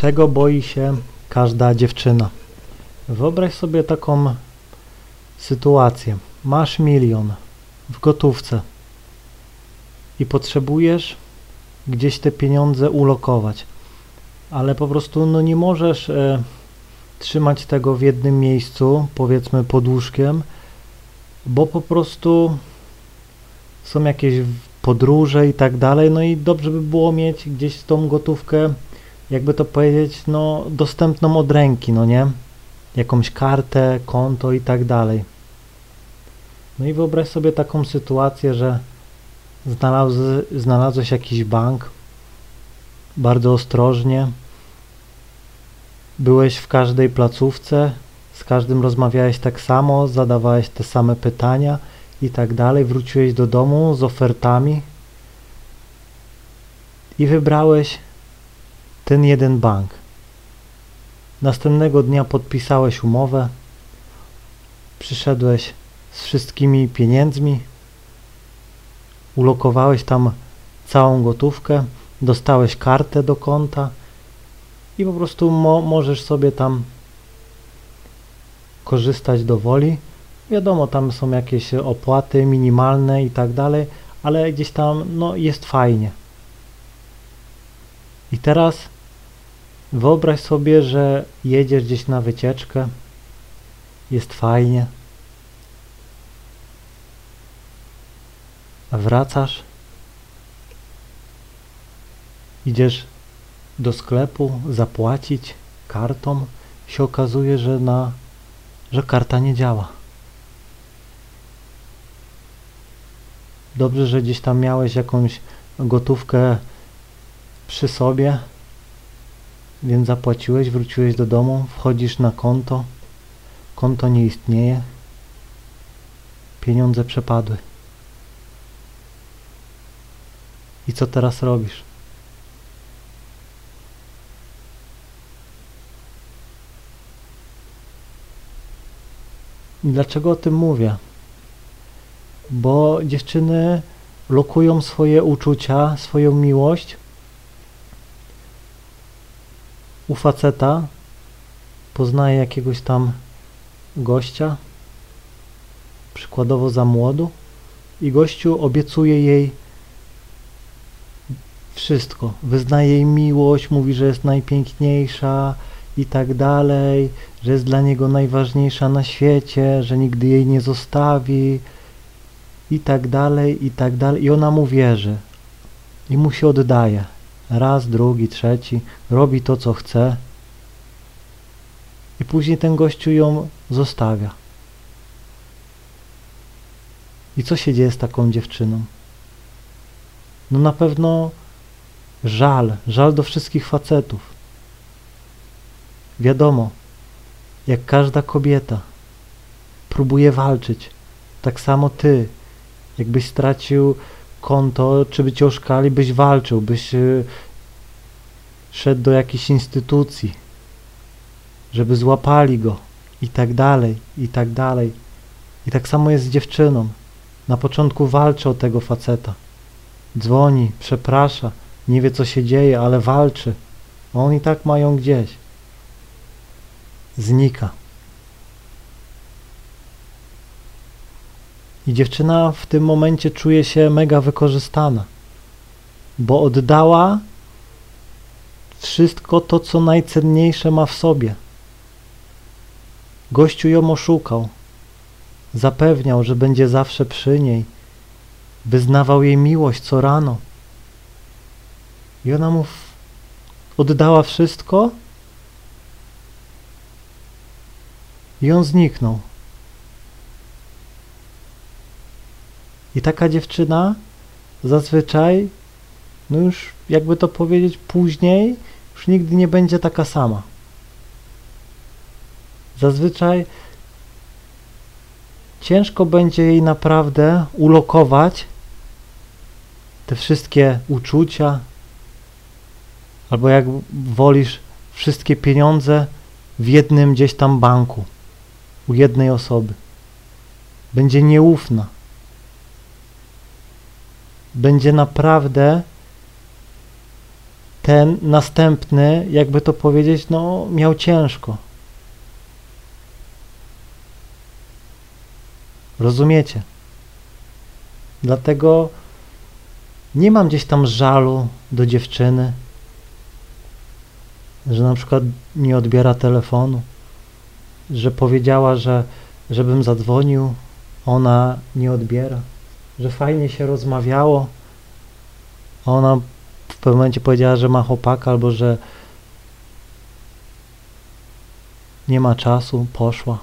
Czego boi się każda dziewczyna? Wyobraź sobie taką sytuację. Masz 1 000 000 w gotówce i potrzebujesz gdzieś te pieniądze ulokować, ale po prostu nie możesz trzymać tego w jednym miejscu, powiedzmy pod łóżkiem, bo po prostu są jakieś podróże i tak dalej, no i dobrze by było mieć gdzieś tą gotówkę, jakby to powiedzieć, dostępną od ręki, no nie? Jakąś kartę, konto i tak dalej. No i wyobraź sobie taką sytuację, że znalazłeś jakiś bank, bardzo ostrożnie, byłeś w każdej placówce, z każdym rozmawiałeś tak samo, zadawałeś te same pytania i tak dalej, wróciłeś do domu z ofertami i wybrałeś ten jeden bank. Następnego dnia podpisałeś umowę, przyszedłeś z wszystkimi pieniędzmi, ulokowałeś tam całą gotówkę, dostałeś kartę do konta i po prostu możesz sobie tam korzystać do woli. Wiadomo, tam są jakieś opłaty minimalne i tak dalej, ale gdzieś tam jest fajnie. I teraz wyobraź sobie, że jedziesz gdzieś na wycieczkę, jest fajnie, a wracasz, idziesz do sklepu zapłacić kartą, się okazuje, że karta nie działa. Dobrze, że gdzieś tam miałeś jakąś gotówkę przy sobie, więc zapłaciłeś, wróciłeś do domu, wchodzisz na konto, konto nie istnieje, pieniądze przepadły. I co teraz robisz? Dlaczego o tym mówię? Bo dziewczyny lokują swoje uczucia, swoją miłość u faceta, poznaje jakiegoś tam gościa, przykładowo za młodu, i gościu obiecuje jej wszystko, wyznaje jej miłość, mówi, że jest najpiękniejsza i tak dalej, że jest dla niego najważniejsza na świecie, że nigdy jej nie zostawi i tak dalej, i tak dalej. I ona mu wierzy i mu się oddaje. Raz, drugi, trzeci, robi to, co chce i później ten gościu ją zostawia. I co się dzieje z taką dziewczyną? Na pewno żal do wszystkich facetów. Wiadomo, jak każda kobieta próbuje walczyć, tak samo ty, jakbyś stracił konto, czy by cię oszukali, byś walczył, byś szedł do jakiejś instytucji, żeby złapali go i tak dalej, i tak dalej. I tak samo jest z dziewczyną. Na początku walczy o tego faceta. Dzwoni, przeprasza, nie wie, co się dzieje, ale walczy. A on i tak ma ją gdzieś. Znika. I dziewczyna w tym momencie czuje się mega wykorzystana, bo oddała wszystko to, co najcenniejsze ma w sobie. Gościu ją oszukał. Zapewniał, że będzie zawsze przy niej. Wyznawał jej miłość co rano. I ona mu oddała wszystko i on zniknął. I taka dziewczyna zazwyczaj, już jakby to powiedzieć, później już nigdy nie będzie taka sama. Zazwyczaj ciężko będzie jej naprawdę ulokować te wszystkie uczucia, albo jak wolisz, wszystkie pieniądze w jednym gdzieś tam banku, u jednej osoby. Będzie nieufna. Będzie naprawdę ten następny, jakby to powiedzieć, no miał ciężko. Rozumiecie? Dlatego nie mam gdzieś tam żalu do dziewczyny, że na przykład nie odbiera telefonu, że powiedziała, żebym zadzwonił, ona nie odbiera, że fajnie się rozmawiało, a ona w pewnym momencie powiedziała, że ma chłopaka albo że nie ma czasu, poszła.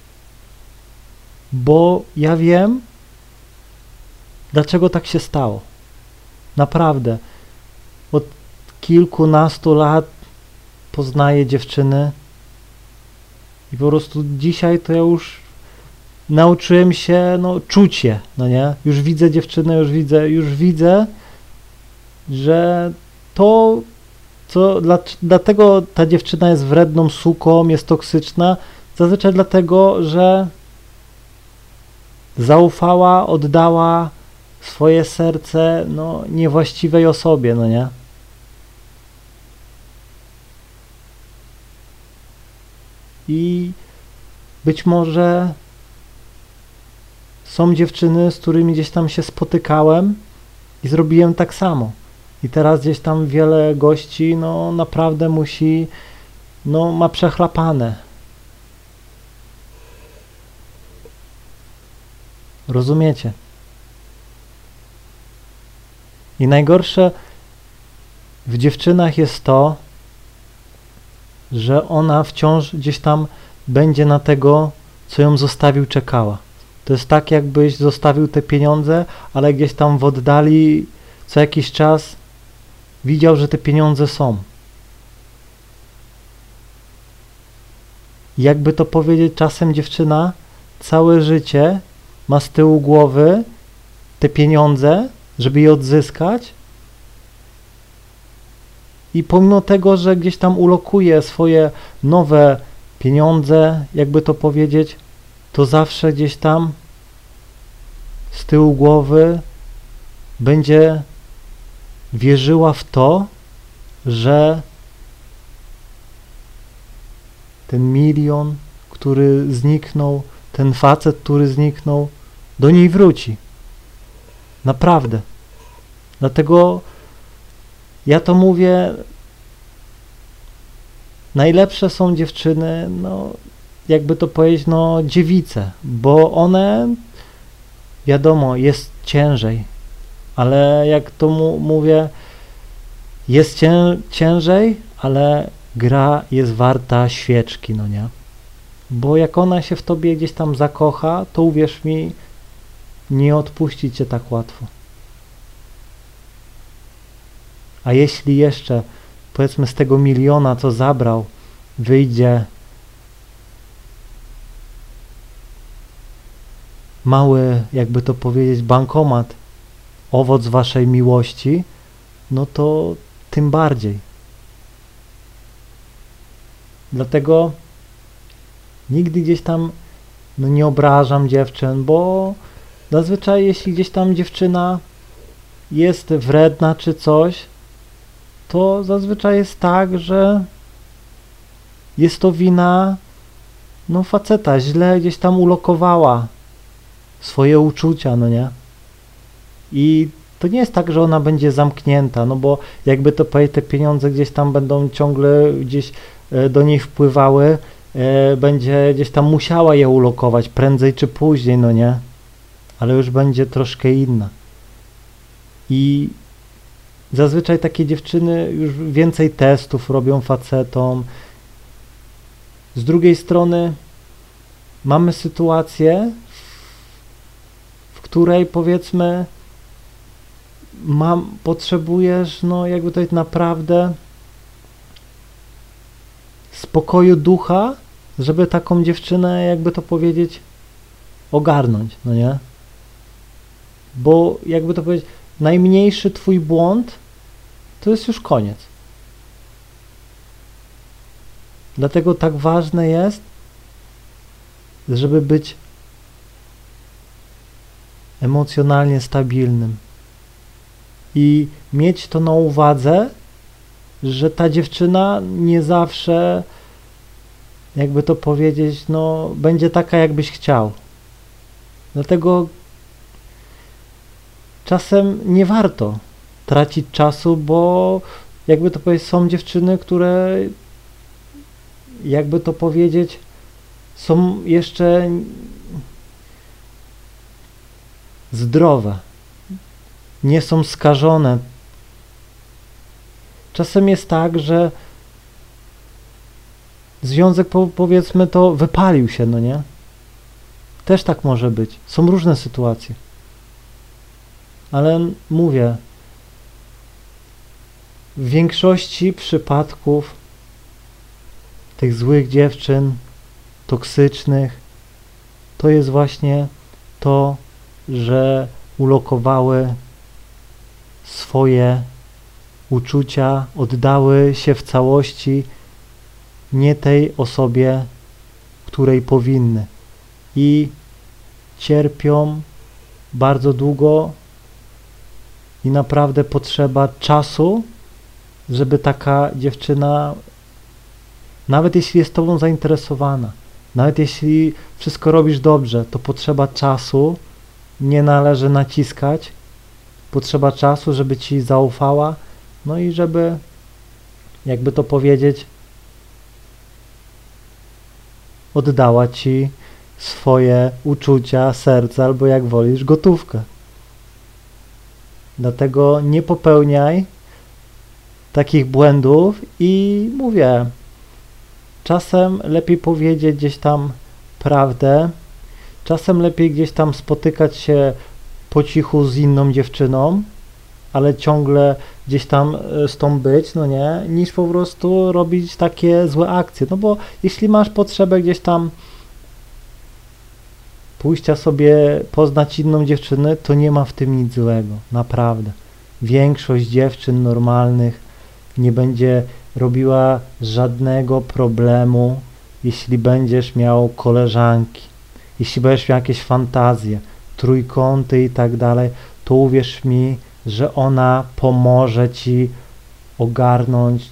Bo ja wiem, dlaczego tak się stało. Naprawdę. Od kilkunastu lat poznaję dziewczyny i po prostu dzisiaj to ja już nauczyłem się, no, czuć je, no nie? Już widzę dziewczynę, już widzę, że to, dlatego ta dziewczyna jest wredną suką, jest toksyczna, zazwyczaj dlatego, że zaufała, oddała swoje serce, no, niewłaściwej osobie, no nie? I być może są dziewczyny, z którymi gdzieś tam się spotykałem i zrobiłem tak samo. I teraz gdzieś tam wiele gości, no naprawdę musi, no ma przechlapane. Rozumiecie? I najgorsze w dziewczynach jest to, że ona wciąż gdzieś tam będzie na tego, co ją zostawił, czekała. To jest tak, jakbyś zostawił te pieniądze, ale gdzieś tam w oddali co jakiś czas widział, że te pieniądze są. Jakby to powiedzieć, czasem dziewczyna całe życie ma z tyłu głowy te pieniądze, żeby je odzyskać, i pomimo tego, że gdzieś tam ulokuje swoje nowe pieniądze, jakby to powiedzieć, to zawsze gdzieś tam z tyłu głowy będzie wierzyła w to, że ten milion, który zniknął, ten facet, który zniknął, do niej wróci. Naprawdę. Dlatego ja to mówię, najlepsze są dziewczyny, no jakby to powiedzieć, no dziewice, bo one, wiadomo, jest ciężej, ale jak to mówię, jest ciężej, ale gra jest warta świeczki, no nie? Bo jak ona się w tobie gdzieś tam zakocha, to uwierz mi, nie odpuści cię tak łatwo. A jeśli jeszcze, powiedzmy, z tego miliona, co zabrał, wyjdzie mały, jakby to powiedzieć, bankomat, owoc waszej miłości, no to tym bardziej. Dlatego nigdy gdzieś tam no nie obrażam dziewczyn, bo zazwyczaj jeśli gdzieś tam dziewczyna jest wredna czy coś, to zazwyczaj jest tak, że jest to wina no faceta, źle gdzieś tam ulokowała swoje uczucia, no nie? I to nie jest tak, że ona będzie zamknięta, no bo jakby to powiedzieć, te pieniądze gdzieś tam będą ciągle gdzieś do niej wpływały, będzie gdzieś tam musiała je ulokować prędzej czy później, no nie? Ale już będzie troszkę inna. I zazwyczaj takie dziewczyny już więcej testów robią facetom. Z drugiej strony mamy sytuację, w której powiedzmy potrzebujesz, no jakby to jest naprawdę spokoju ducha, żeby taką dziewczynę, jakby to powiedzieć, ogarnąć, no nie? Bo jakby to powiedzieć, najmniejszy twój błąd to jest już koniec. Dlatego tak ważne jest, żeby być emocjonalnie stabilnym i mieć to na uwadze, że ta dziewczyna nie zawsze, jakby to powiedzieć, no będzie taka, jakbyś chciał. Dlatego czasem nie warto tracić czasu, bo jakby to powiedzieć, są dziewczyny, które jakby to powiedzieć, są jeszcze zdrowe, nie są skażone. Czasem jest tak, że związek, powiedzmy to, wypalił się, no nie? Też tak może być. Są różne sytuacje. Ale mówię, w większości przypadków tych złych dziewczyn, toksycznych, to jest właśnie to, że ulokowały swoje uczucia, oddały się w całości nie tej osobie, której powinny. I cierpią bardzo długo i naprawdę potrzeba czasu, żeby taka dziewczyna, nawet jeśli jest tobą zainteresowana, nawet jeśli wszystko robisz dobrze, to potrzeba czasu, nie należy naciskać, potrzeba czasu, żeby ci zaufała, no i żeby, jakby to powiedzieć, oddała ci swoje uczucia, serce, albo jak wolisz, gotówkę. Dlatego nie popełniaj takich błędów i mówię, czasem lepiej powiedzieć gdzieś tam prawdę, czasem lepiej gdzieś tam spotykać się po cichu z inną dziewczyną, ale ciągle gdzieś tam z tą być, no nie, niż po prostu robić takie złe akcje, no bo jeśli masz potrzebę gdzieś tam pójścia sobie poznać inną dziewczynę, to nie ma w tym nic złego, naprawdę. Większość dziewczyn normalnych nie będzie robiła żadnego problemu, jeśli będziesz miał koleżanki, jeśli będziesz miał jakieś fantazje, trójkąty i tak dalej, to uwierz mi, że ona pomoże ci ogarnąć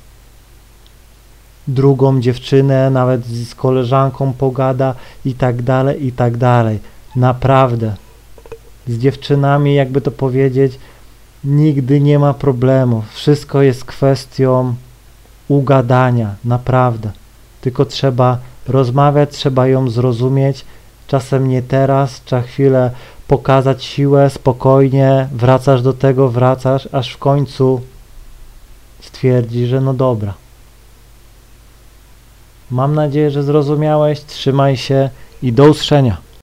drugą dziewczynę, nawet z koleżanką pogada i tak dalej, i tak dalej. Naprawdę. Z dziewczynami, jakby to powiedzieć, nigdy nie ma problemów. Wszystko jest kwestią ugadania, naprawdę. Tylko trzeba rozmawiać, trzeba ją zrozumieć. Czasem nie teraz, trzeba chwilę pokazać siłę, spokojnie, wracasz do tego, wracasz, aż w końcu stwierdzi, że no dobra. Mam nadzieję, że zrozumiałeś, trzymaj się i do usłyszenia.